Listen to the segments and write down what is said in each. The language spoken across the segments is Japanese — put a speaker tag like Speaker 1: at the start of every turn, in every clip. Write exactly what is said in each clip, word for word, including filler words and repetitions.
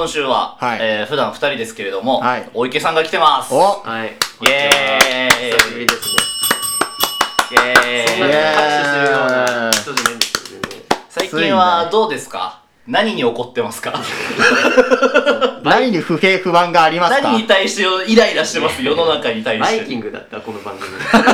Speaker 1: 今週は、
Speaker 2: はい
Speaker 1: えー、普段ふたりですけれども、
Speaker 2: はい、
Speaker 1: お池さんが来てます。
Speaker 2: お
Speaker 3: はい。
Speaker 1: イエーイ。
Speaker 3: 久しぶりですね。
Speaker 1: イエーイ。
Speaker 3: そんなに拍手するような人じゃないんですけどね。
Speaker 1: 最近はどうですか？何に怒ってますか？
Speaker 2: 何に不平不満がありますか？
Speaker 1: 何に対してイライラしてます？世の中に対して。
Speaker 3: バイキングだったこの番組。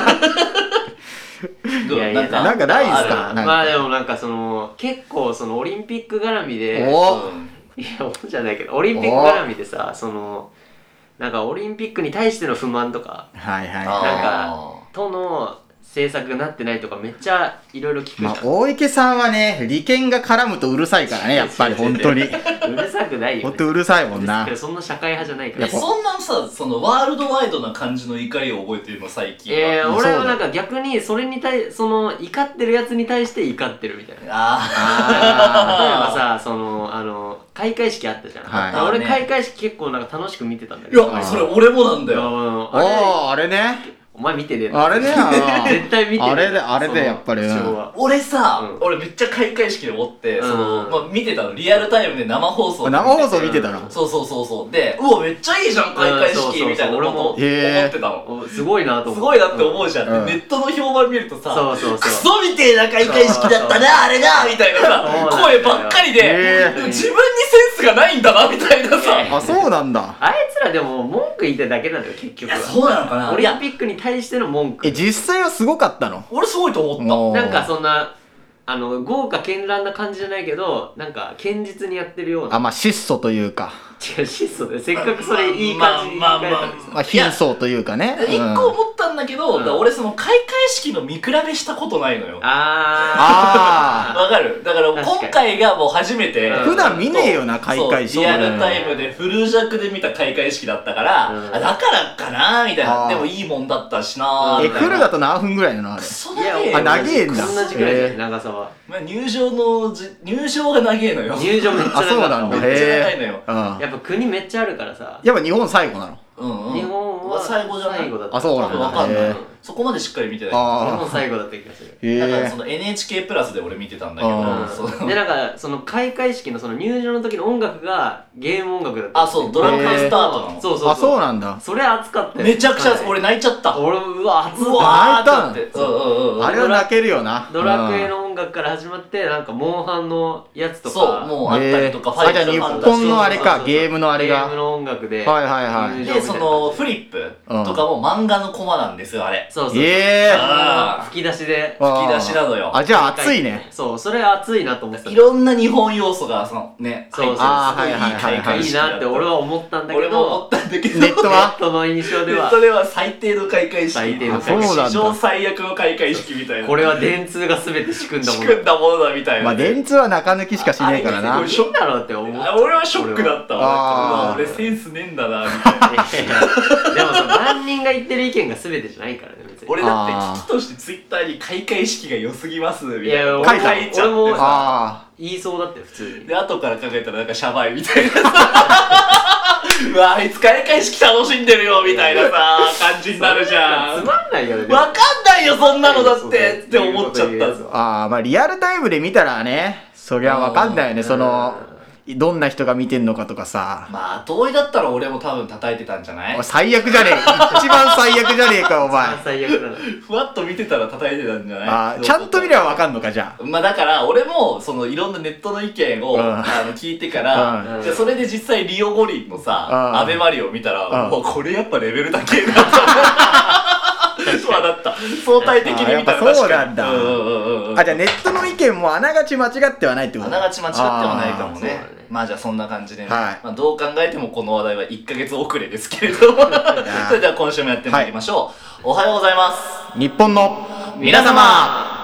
Speaker 1: どう
Speaker 3: いやいや
Speaker 1: なんか
Speaker 2: なんかないですか？
Speaker 1: ある
Speaker 2: なんか
Speaker 3: まあでもなんかその結構そのオリンピック絡みで、
Speaker 2: お
Speaker 1: うん
Speaker 3: いやおじゃないけどオリンピック絡みでさ、そのなんかオリンピックに対しての不満とか
Speaker 2: はいはい
Speaker 1: あ
Speaker 2: は
Speaker 3: なんかとの政策がなってないとかめっちゃいろいろ聞く
Speaker 2: い。
Speaker 3: じゃん。
Speaker 2: まあ大池さんはね、利権が絡むとうるさいからね、やっぱり本当に。
Speaker 3: うるさくないよ、ね。
Speaker 2: 本当うるさいもんな。
Speaker 3: そんな社会派じゃないか
Speaker 1: え
Speaker 3: ら。
Speaker 1: そんなさ、そのワールドワイドな感じの怒りを覚えてるの最近は。
Speaker 3: えー、
Speaker 2: もう
Speaker 3: 俺はなんか逆にそれに対その怒ってるやつに対して怒ってるみたいな。例えば
Speaker 1: あ
Speaker 3: さ、そのあの開会式あったじゃん。
Speaker 2: はい
Speaker 3: 俺
Speaker 1: ね
Speaker 3: 開会式結構なんか楽しく見てたんだ
Speaker 1: ー
Speaker 3: けど。
Speaker 1: いや、それ俺もなんだよ。
Speaker 3: うん
Speaker 2: おー、あれね。
Speaker 3: お前見てねえな。
Speaker 2: あれね。あ
Speaker 3: 絶対見てねえな
Speaker 2: あれで、あれでやっぱり。
Speaker 3: その昭和
Speaker 1: 俺さ、
Speaker 3: うん
Speaker 1: 俺めっちゃ開会式で思って、
Speaker 3: うん
Speaker 1: その、まあ、見てたの、リアルタイムで生放送で見てて。
Speaker 2: 生放送見てたの。
Speaker 1: そうそうそうそう。で、うわ、めっちゃいいじゃん、開会式、
Speaker 3: うんそうそうそう
Speaker 1: みたいなこと思っ
Speaker 2: へー
Speaker 1: てたの。
Speaker 3: おすごいなと思って。
Speaker 1: すごいなって思うじゃん。
Speaker 2: うん
Speaker 1: ネットの評判見るとさ、
Speaker 3: そうそうそう
Speaker 1: クソみてえな開会式だったな、あれな、みたいなさ、
Speaker 3: そうなんだ
Speaker 1: 声ばっかりで、
Speaker 2: へ
Speaker 1: 自分にセンスがないんだな、みたいなさ。
Speaker 2: あ、そうなんだ。
Speaker 3: あいつらでも文句言ってるだけなんだよ結局は。
Speaker 1: いやそうなのかな
Speaker 3: オリンピックに対しての文句。
Speaker 2: え、実際はすごかったの？
Speaker 1: 俺すごいと思った。
Speaker 2: おー
Speaker 3: なんかそんなあの豪華絢爛な感じじゃないけどなんか堅実にやってるような。
Speaker 2: あ、まあ質素というか、
Speaker 3: 違う質素でせっかくそれいい感じに
Speaker 1: まあまあまあ
Speaker 3: 言い換えたんですよ。
Speaker 2: まあ貧相というかね。
Speaker 1: 一
Speaker 2: うん
Speaker 1: 個思ったんだけど、
Speaker 3: うん
Speaker 1: だから俺その開会式の見比べしたことないのよ。
Speaker 3: あ
Speaker 1: わかる？だから
Speaker 3: 確かに
Speaker 1: 今回がもう初めて、
Speaker 3: うん
Speaker 2: 普段見ねえよな開会式
Speaker 1: そうリアルタイムでフル弱で見た開会式だったから、
Speaker 3: うん
Speaker 1: あだからかなーみたいな。
Speaker 2: あー
Speaker 1: でもいいもんだったしなー
Speaker 2: え、
Speaker 1: みたいな。
Speaker 2: フルだと何分ぐらいなのあれ？
Speaker 1: クソ
Speaker 3: ーいや
Speaker 1: 長えよ。
Speaker 2: あ長えんだ
Speaker 3: こんな時間じゃ
Speaker 2: へー
Speaker 3: ん長さは。
Speaker 1: まあ入場のじ入場が長えのよ。
Speaker 3: 入場めっちゃ長かった。
Speaker 2: あ、そうなんだ。
Speaker 1: めっちゃ長い
Speaker 2: へ
Speaker 1: のよ。
Speaker 2: え。うん。
Speaker 3: やっぱ国めっちゃあるからさ。
Speaker 2: やっぱ日本最後なの？
Speaker 1: うんうん。
Speaker 3: 日本は
Speaker 1: 最後じゃない？
Speaker 3: 最後だった。
Speaker 2: あ、そうなんだ。
Speaker 1: 多分わかんない
Speaker 2: へえ。
Speaker 1: そこまでしっかり見てない。
Speaker 3: 日
Speaker 2: あ
Speaker 3: 本最後だった気がする。
Speaker 2: へえ
Speaker 1: だからそ。の エヌエイチケー プラスで俺見てたんだけど、
Speaker 2: あ
Speaker 1: その
Speaker 3: でなんかその開会式のその入場の時の音楽がゲーム音楽だった。
Speaker 1: あ、そう、ドラクエスタートなの。
Speaker 3: そうそうそう。
Speaker 2: あ、そうなんだ。
Speaker 3: それ熱かったよ。
Speaker 1: めちゃくちゃ、
Speaker 3: はい
Speaker 1: 俺泣いちゃった。
Speaker 3: 俺うわ熱
Speaker 1: う
Speaker 3: かっ
Speaker 1: わー
Speaker 2: 泣いた
Speaker 1: ってなって。うんうんうん。
Speaker 2: あれは泣けるよな。
Speaker 3: ドラクエの音楽から始まってなんかモンハンのやつとか
Speaker 1: そう、もうあったりとか、
Speaker 2: へーあじゃあ日本のあれかゲームのあれが
Speaker 3: ゲームの音楽で
Speaker 2: はいはいはい
Speaker 3: 入場みたいな
Speaker 1: で、その、フリップとかも漫画のコマなんですよ、あれ。
Speaker 3: そうそうそう
Speaker 2: ええ。
Speaker 1: あー
Speaker 3: 吹き出しで
Speaker 1: 吹き出しなのよ。
Speaker 2: あ、じゃあ熱いね。
Speaker 3: そうそれ熱いなと思ってた
Speaker 1: いろんな日本要素が、その、ね、
Speaker 3: そうそう
Speaker 1: 入ってる
Speaker 2: あーはいはいはいはい
Speaker 3: いいなって俺は思ったんだけ
Speaker 1: 俺も思
Speaker 3: ど
Speaker 1: ったんだけど、
Speaker 2: ネットは
Speaker 3: ネットの印象では
Speaker 1: ネットでは最低の開会式。
Speaker 3: 最低の
Speaker 2: 開会式
Speaker 1: 史上最悪の開会式みたいな。
Speaker 3: これは電通が全て仕組んだも
Speaker 1: 仕
Speaker 3: の
Speaker 1: 組んだものだみたいな。
Speaker 2: まあ電通は中抜きしかしねえからな。
Speaker 1: あれ
Speaker 3: いいんだろうって思った
Speaker 1: あ俺はショックだったわ。
Speaker 2: あー
Speaker 1: 俺センスねえんだな、みたいな。
Speaker 3: いやいやでもその万人が言ってる意見が全てじゃないからね別に
Speaker 1: 俺だって
Speaker 2: あー
Speaker 1: 危機としてツイッターに開会式が良すぎますみたいな
Speaker 3: いや
Speaker 1: の
Speaker 2: 書いた
Speaker 1: 書いちゃ
Speaker 3: 俺も
Speaker 1: ってさ
Speaker 2: あ
Speaker 3: 言いそうだったよ普通に
Speaker 1: で後から考えたらなんかシャバいみたいなさうわあいつ開会式楽しんでるよみたいなさ感じになるじゃん
Speaker 3: つまんないよね
Speaker 1: わかんないよそんなのだってって思っちゃった
Speaker 2: あ。ああ、まあリアルタイムで見たらね、そりゃわかんないよね。その、どんな人が見てんのかとかさ。
Speaker 1: まあ遠いだったら俺も多分叩いてたんじゃない
Speaker 2: お最悪じゃねえ。一番最悪じゃねえか、お前。
Speaker 3: 最悪だな
Speaker 1: ふわっと見てたら叩いてたんじゃない
Speaker 2: あーちゃんと見ればわかんのか、じゃあ。
Speaker 1: まあだから俺もそのいろんなネットの意見を、
Speaker 2: うん
Speaker 1: あの聞いてから、
Speaker 3: うん
Speaker 1: じゃあそれで実際リオ五輪のさ、
Speaker 2: うん
Speaker 1: アベマリを見たら、
Speaker 2: うん
Speaker 1: もうこれやっぱレベル高えなとそうだった相対的に見たら
Speaker 2: あーやっぱそう
Speaker 1: 確かに
Speaker 2: なんだ
Speaker 1: うんうんうんうん
Speaker 2: あ、じゃあネットの意見もあながち間違ってはないってこと
Speaker 1: あながち間違ってはないかもね
Speaker 3: あーそうだね
Speaker 1: まあじゃあそんな感じでね、
Speaker 2: はい
Speaker 1: まあ、どう考えてもこの話題はいっかげつ遅れですけれどもそれでは今週もやってまいりましょう、おはようございます
Speaker 2: 日本の
Speaker 1: 皆様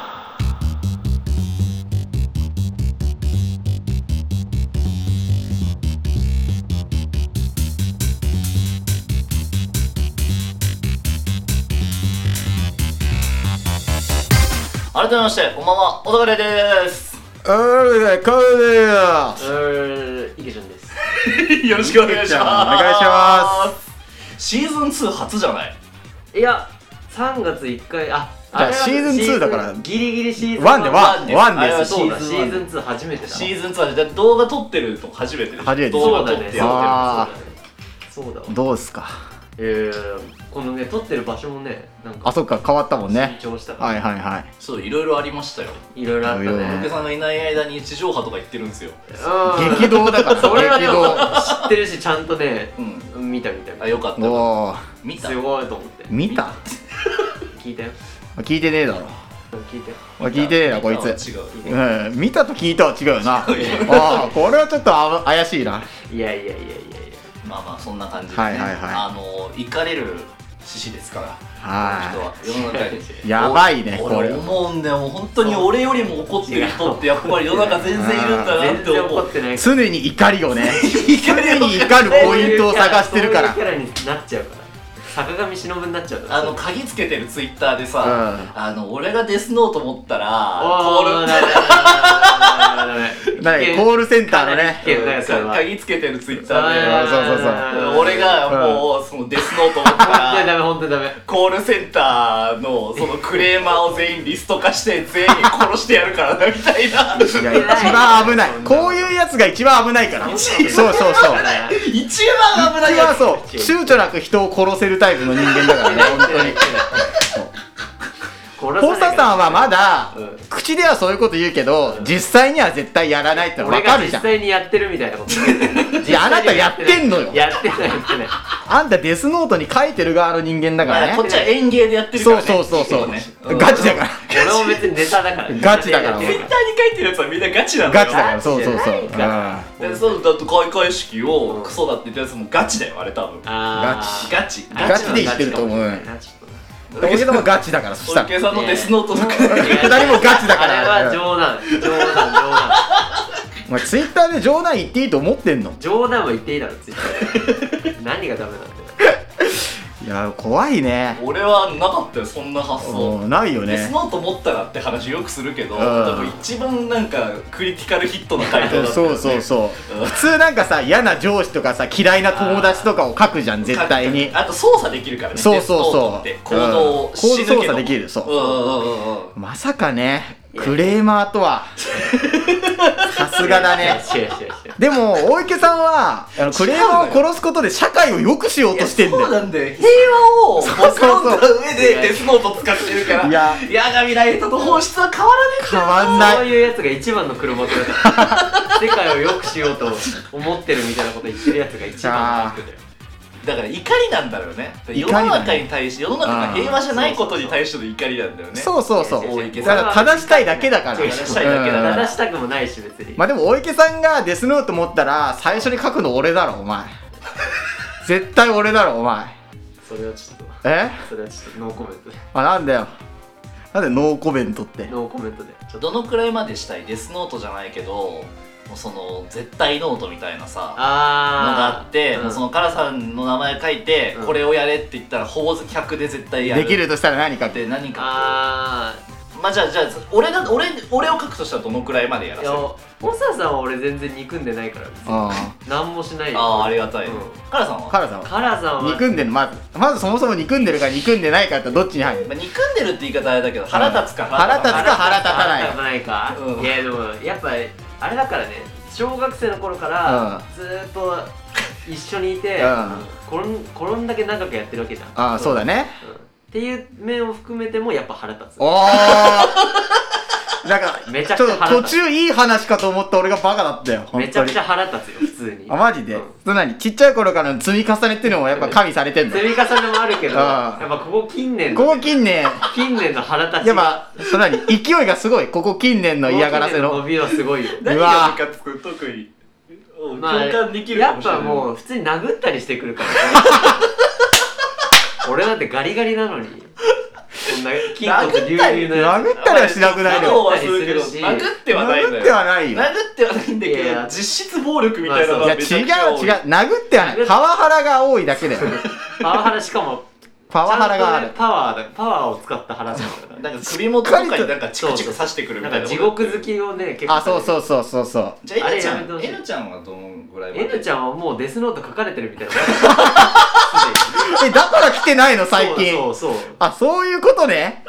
Speaker 1: 改めましてこんばんは小高です
Speaker 2: うーい、これでよ
Speaker 3: うーん、いけちゃんです
Speaker 1: よろしくお願いします。
Speaker 2: お願いします。
Speaker 1: シーズンツー初じゃない？
Speaker 3: いやさんがついっかいああれは
Speaker 2: シーズンツーだから
Speaker 3: ギリギリシーズン
Speaker 2: ワンでワン
Speaker 1: です
Speaker 2: ワン
Speaker 1: あれは
Speaker 2: です
Speaker 3: そうだ、シ
Speaker 1: シーズンワン
Speaker 3: ーズンツー初めてだ。
Speaker 1: シーズンツーはだって動画撮ってると初めてでしょ。
Speaker 2: 初めて
Speaker 1: 動画撮ってやってる
Speaker 2: あ
Speaker 3: そうだね。
Speaker 2: どうですか。
Speaker 3: えー、このね、撮ってる場所もね、なんか
Speaker 2: あ、そっか変わったもんね。
Speaker 3: 新調したから、
Speaker 2: はいはいはい。
Speaker 1: そう、いろいろありましたよ。
Speaker 3: いろいろあった
Speaker 2: いろいろ
Speaker 3: ね。
Speaker 1: 福さんがいない間に地上波とか行ってるんですよ。
Speaker 3: うん
Speaker 2: 激動だから
Speaker 3: それはでも
Speaker 2: 激動。
Speaker 3: 知ってるし、ちゃんとね、
Speaker 1: うん。
Speaker 3: 見た見た見た。
Speaker 1: あ、よかった。
Speaker 2: おー、
Speaker 1: 見た
Speaker 3: すごいと思って。
Speaker 2: 見た？
Speaker 3: 聞いたよ。
Speaker 2: 聞いてねえだろ。
Speaker 3: 聞いたよ。
Speaker 2: 聞いてねえなこいつ。
Speaker 1: 違う。
Speaker 2: うん、見たと聞いたは違うよな。あ
Speaker 1: 違う
Speaker 2: あ、これはちょっとあ怪しいな。
Speaker 3: いやいやいやいやいや。
Speaker 1: まあまあそんな感じでね、
Speaker 2: はいはいはい
Speaker 1: あの行かれる獅子ですから、
Speaker 2: はい
Speaker 1: この人は世の中に
Speaker 2: やばいねこれ
Speaker 1: 俺思うんだよ、もう本当に俺よりも怒ってる人ってやっぱり世の中全然いるんだな
Speaker 3: 全然
Speaker 1: って思う。
Speaker 3: 怒ってない。
Speaker 2: 常に怒りをね、
Speaker 1: 怒
Speaker 2: 常に怒るポイントを探してるから
Speaker 3: そういうキャラになっちゃうから。坂上忍になっちゃうから。
Speaker 1: あの鍵つけてるツイッターでさ、
Speaker 2: うん
Speaker 1: あの俺がデスノート持ったら
Speaker 3: おー、
Speaker 1: コール
Speaker 3: ダメダメダメダメダメ
Speaker 2: 何コールセンターのね
Speaker 3: 危険だよそれは。
Speaker 1: 鍵つけてるツイッタ
Speaker 2: あーそうそうそう
Speaker 1: ーで俺がもうそのデスノート持った
Speaker 3: いやダ
Speaker 1: ら
Speaker 3: メ本当にダメ。
Speaker 1: コールセンターのそのクレーマーを全員リスト化して全員殺してやるからなみたいな。
Speaker 2: いや一番危ない。こういうやつが一番危ないから。そうそうそう。
Speaker 1: 一番危ないやつ。
Speaker 2: 一番そう躊躇なく人を殺せるタイプの人間だからね本当に。ポーサさんはまだ
Speaker 3: うん
Speaker 2: 口ではそういうこと言うけど実際には絶対やらないっての分
Speaker 3: 俺が実
Speaker 2: かるじゃん。
Speaker 3: 際にやってるみたいなこと言って
Speaker 2: いやあなたやってんのよ。
Speaker 3: やってないやってない。
Speaker 2: あんたデスノートに書いてる側の人間だからね
Speaker 1: こ。っちは園芸でやってるからね。
Speaker 2: そうそうそうそう
Speaker 1: ね。
Speaker 2: ガチだから。
Speaker 3: 俺も別にネタだから。
Speaker 2: ガチだから
Speaker 1: ツイッターに書いてるやつはみんなガチなんだよ。
Speaker 2: ガチだからそうそうそう。うん
Speaker 1: でそうだって開会式をクソだって言ったやつもガチだよあれ多分。
Speaker 3: あー
Speaker 1: ガチ。
Speaker 2: ガチで言ってると思う
Speaker 3: ガチかもしれない
Speaker 2: おけさんもガチだからそしたら。
Speaker 1: 小池さんのデスノートとか。
Speaker 2: 二人もガチだか
Speaker 3: あれ
Speaker 2: ら。
Speaker 3: は冗談冗談冗談
Speaker 2: お前ツイッターで冗談言っていいと思ってんの？
Speaker 3: 冗談は言っていいだろツイッターで。何がダメなんだよ。
Speaker 2: いや怖いね。
Speaker 1: 俺はなかったよそんな発想。
Speaker 2: うんないよね。
Speaker 1: デスノート持ったらって話よくするけど、
Speaker 2: ん
Speaker 1: 多分一番なんかクリティカルヒットな回答だったよね。
Speaker 2: そうそうそう
Speaker 1: うん
Speaker 2: 普通なんかさ嫌な上司とかさ嫌いな友達とかを書くじゃん絶対に。
Speaker 1: あと操作できるからね。
Speaker 2: そうそうそう
Speaker 1: デスノートって行動を
Speaker 2: うん
Speaker 1: 死ぬけど
Speaker 2: 行動操作できるそう
Speaker 1: うんうんうんうん。
Speaker 2: まさかねクレーマーとはさすがだね。
Speaker 3: 違う違う違う。
Speaker 2: でも大池さんはあのクレーマーを殺すことで社会を良くしようとしてんだよ。
Speaker 1: そうなんだよ。平和を
Speaker 2: そうそうそう
Speaker 1: 守った上でデスノート使ってるから。
Speaker 2: いや
Speaker 1: 矢神ライトと本質は変わらねえんだよ。
Speaker 2: 変わんない
Speaker 3: そういうやつが一番の黒幕だから世界を良くしようと思ってるみたいなこと言ってるやつが一番の悪だよ。
Speaker 1: だから怒りなんだろうね。世の中に対して世の中が平和じゃないことに対しての怒りなんだよね。
Speaker 2: そうそうそう
Speaker 3: 違う違う違う
Speaker 2: だから正したいだけだから。
Speaker 3: 違う違う
Speaker 1: 正したいだけだから
Speaker 2: うん
Speaker 3: 正したくもないし別に。
Speaker 2: まあでも大池さんがデスノート持ったら最初に書くの俺だろお前。絶対俺だろお前。
Speaker 3: それはちょっと
Speaker 2: え
Speaker 3: それはちょっとノーコメントで
Speaker 2: あなんだよなんでノーコメントって。
Speaker 3: ノーコメントでちょっと
Speaker 1: どのくらいまでしたい？デスノートじゃないけど、もうその絶対ノートみたいなさのがあ
Speaker 3: あ
Speaker 1: って、
Speaker 3: うん
Speaker 1: もうそのカラさんの名前書いて、
Speaker 3: うん
Speaker 1: これをやれって言ったらほぼひゃくで絶対やる
Speaker 2: できるとしたら何かっ
Speaker 1: ってて何か
Speaker 3: あ
Speaker 1: こうまあじゃあじゃあ俺が俺俺を書くとしたらどのくらいまでやらせる？
Speaker 3: ーいやポサさんは俺全然憎んでないから別に
Speaker 2: あ
Speaker 3: 何もしないよ。
Speaker 1: ああありがたい、
Speaker 3: うん
Speaker 1: カラさんは、
Speaker 2: カラさんは
Speaker 3: カラさんは
Speaker 2: 憎んでるまずまずそもそも憎んでるか憎んでないかってどっちに入る？
Speaker 1: まあ、憎んでるって言い方あれだけど腹立つか
Speaker 2: 腹立つか腹立たない
Speaker 3: 腹立たないか、
Speaker 1: うん
Speaker 3: いやでもやっぱあれだからね小学生の頃からずーっと一緒にいて、
Speaker 2: うん
Speaker 3: 転ん転んだけ長くやってるわけじゃん。
Speaker 2: ああそうだね。
Speaker 3: うんっていう面を含めてもやっぱ腹立つ。
Speaker 2: おーなんか
Speaker 3: めちゃ
Speaker 2: ちょっと
Speaker 3: くちゃ腹立つ
Speaker 2: 途中いい話かと思った俺がバカだったよ本当に。
Speaker 3: めちゃくちゃ腹立つよ普通に。
Speaker 2: あマジで、
Speaker 3: うん
Speaker 2: それ何ちっちゃい頃からの積み重ねっていうのもやっぱ加味されてんの？
Speaker 3: 積み重ねもあるけど、
Speaker 2: うん
Speaker 3: やっぱここ近年の
Speaker 2: ここ近年
Speaker 3: 近年の腹立ち
Speaker 2: やっ
Speaker 3: が
Speaker 2: ぱそれ何勢いがすごいここ近年の嫌がらせの
Speaker 3: ここ近年伸びはすごいよ。
Speaker 1: 何
Speaker 2: うわ
Speaker 1: がムカつく特に、うん
Speaker 3: まあ
Speaker 1: 共感できるかもしれない。
Speaker 3: やっぱもう普通に殴ったりしてくるから俺なんてガリガリなのにこんな筋骨隆々のや
Speaker 2: 殴ったりはしなくないのよ。
Speaker 1: はするけど殴ってはないのよ。
Speaker 2: 殴ってはないよ。
Speaker 1: 殴ってはないんだけど
Speaker 3: いやいや
Speaker 1: 実質暴力みたいなの
Speaker 3: まあ
Speaker 1: は
Speaker 2: いや違う
Speaker 1: めちゃくちゃ多い。
Speaker 2: 違う殴ってはないパワハラが多いだけだよ
Speaker 3: パワハラしかも
Speaker 2: パワハラがある
Speaker 3: ちゃんとねパワーだパワーを使った腹だから
Speaker 1: なんか首元とかになんかチクチク刺してくるみたいな。
Speaker 3: なんか地獄好きをね結構
Speaker 2: あそうそうそうそうそう
Speaker 1: じゃあ N ちゃん
Speaker 3: あれやめてほしい
Speaker 1: N ちゃんはどのぐらいまで
Speaker 3: N ちゃんはもうデスノート書かれてるみたいな
Speaker 2: えだから来てないの最近
Speaker 3: そうそうそう
Speaker 2: あそういうことね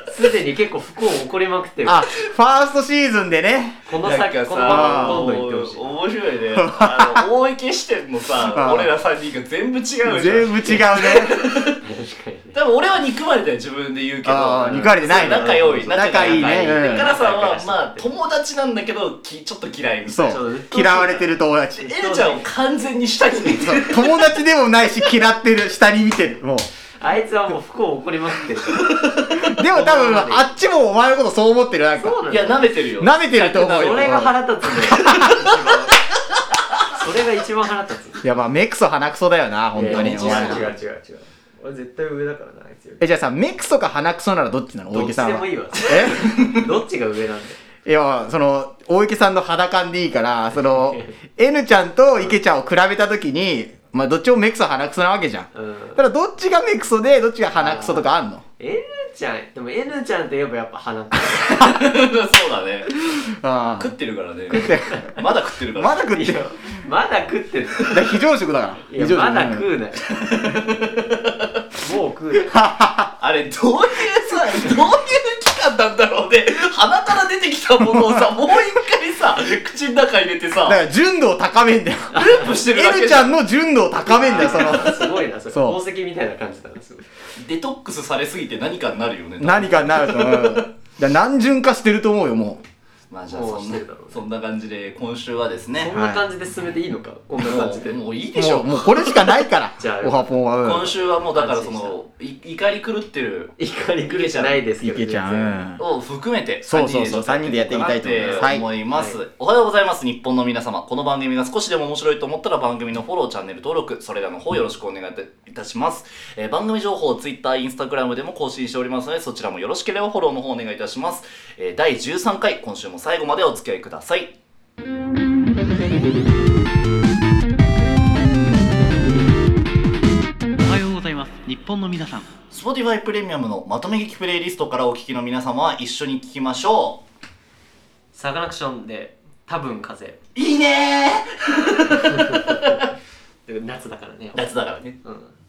Speaker 3: すでに結構不幸起こりまくってる。
Speaker 2: あ、ファーストシーズンでね。
Speaker 3: この先、
Speaker 1: なんかさ
Speaker 3: このままどんどん行ってほしい。
Speaker 1: 面白いね。あの大池視点のさ、俺らさんにんが全部違うじゃん。
Speaker 2: 全部違うね。
Speaker 3: 確かにね。
Speaker 1: 多分俺は憎まれたよ、自分で言うけど。
Speaker 2: あー憎まれてないね
Speaker 1: 仲良い、
Speaker 2: 仲いいねうん
Speaker 1: でカラさんは
Speaker 3: 仲良い
Speaker 1: まあ友達なんだけどきちょっと嫌いみた
Speaker 2: そ
Speaker 1: いな。
Speaker 2: う
Speaker 3: ちょっと鬱陶しい
Speaker 2: 嫌われてる友達。
Speaker 1: エルちゃんを完全に下に見てる。
Speaker 2: 友達でもないし嫌ってる、下に見てる。もう。
Speaker 3: あいつはもう不幸起こりまくってる。
Speaker 2: でも多分あっちもお前のことそう思ってる。なんか
Speaker 3: そうなん
Speaker 1: いや、舐めてるよ。
Speaker 2: 舐めてると思うよ。
Speaker 3: それが腹立つんだよ。一番それが一番腹立つ。
Speaker 2: いやまあ目くそ鼻くそだよな本当に。
Speaker 3: いや
Speaker 2: お前ら
Speaker 3: 違う違う違う違う。俺絶対上だからな、あいつより。
Speaker 2: えじゃあさ、目くそか鼻くそならどっちなの大
Speaker 3: どっ
Speaker 2: 池さんは。
Speaker 3: ちでもいいわ。
Speaker 2: え
Speaker 3: どっちが上なんだよ。
Speaker 2: いやその大池さんの肌感でいいからその N ちゃんと池ちゃんを比べた時にまあどっちも目くそ鼻くそなわけじゃん。
Speaker 3: うん。
Speaker 2: だからどっちが目くそでどっちが鼻くそとかあんの？
Speaker 3: N ちゃん、でも N ちゃんといえばやっぱ鼻く
Speaker 1: そうだね。
Speaker 2: あ
Speaker 1: 食ってるからね。
Speaker 2: 食ってる
Speaker 1: まだ食ってるから。
Speaker 2: まだ食ってる。
Speaker 3: そ。まだ食ってる。
Speaker 2: だから非常食だから。
Speaker 3: いや、
Speaker 2: 非常食
Speaker 3: まだ食うなよ。もう食うなよ。
Speaker 1: あれ、どういうさ、どういう期間なんだろうね。鼻から出てきたものをさ、もう一回さ、口の中入れてさ、
Speaker 2: だから純度を高めんだよ。
Speaker 1: ループしてるだけ
Speaker 2: N ちゃんの純度を高めんだよその。
Speaker 3: すごいな、それ。
Speaker 2: そう
Speaker 3: 宝石みたいな感じだな、すごい。
Speaker 1: デトックスされすぎて何かになるよね。
Speaker 2: 何かになると思う。だから何順化してると思うよもう。
Speaker 1: まあじゃあ
Speaker 3: もう
Speaker 1: そんな
Speaker 3: してるだろうね
Speaker 1: そんな感じで今週はです
Speaker 3: そ
Speaker 1: ね
Speaker 3: ん、な感じで進めていいのか、こんな感じで。
Speaker 1: もうもういいでしょ
Speaker 2: もうもうこれしかないから
Speaker 3: じゃあ
Speaker 2: オハポンは。うん
Speaker 1: 今週はもうだからそのい怒り狂ってる
Speaker 3: 怒り狂ってないですけど。
Speaker 2: 池ちゃん、うん、
Speaker 1: を含めて
Speaker 2: そうそうそうさんにんでやっていきたいと思います
Speaker 1: さんにんでやっていこうかなって思います、
Speaker 3: はい
Speaker 1: おはようございます日本の皆様。この番組が少しでも面白いと思ったら番組のフォロー、チャンネル登録、それらの方よろしくお願いいたします、えー番組情報 Twitter、Instagram でも更新しておりますのでそちらもよろしければフォローの方お願いいたします、えーだいじゅうさんかい今週も最後までお付き合いください。お
Speaker 4: はようございます日本の皆さん。
Speaker 1: Spotify プレミアムのまとめ劇プレイリストからお聞きの皆様は一緒に聞きましょ
Speaker 3: サカナクションで、多分風。
Speaker 1: う。いいね
Speaker 3: で夏だからね。
Speaker 1: ー夏だからね。
Speaker 3: うん。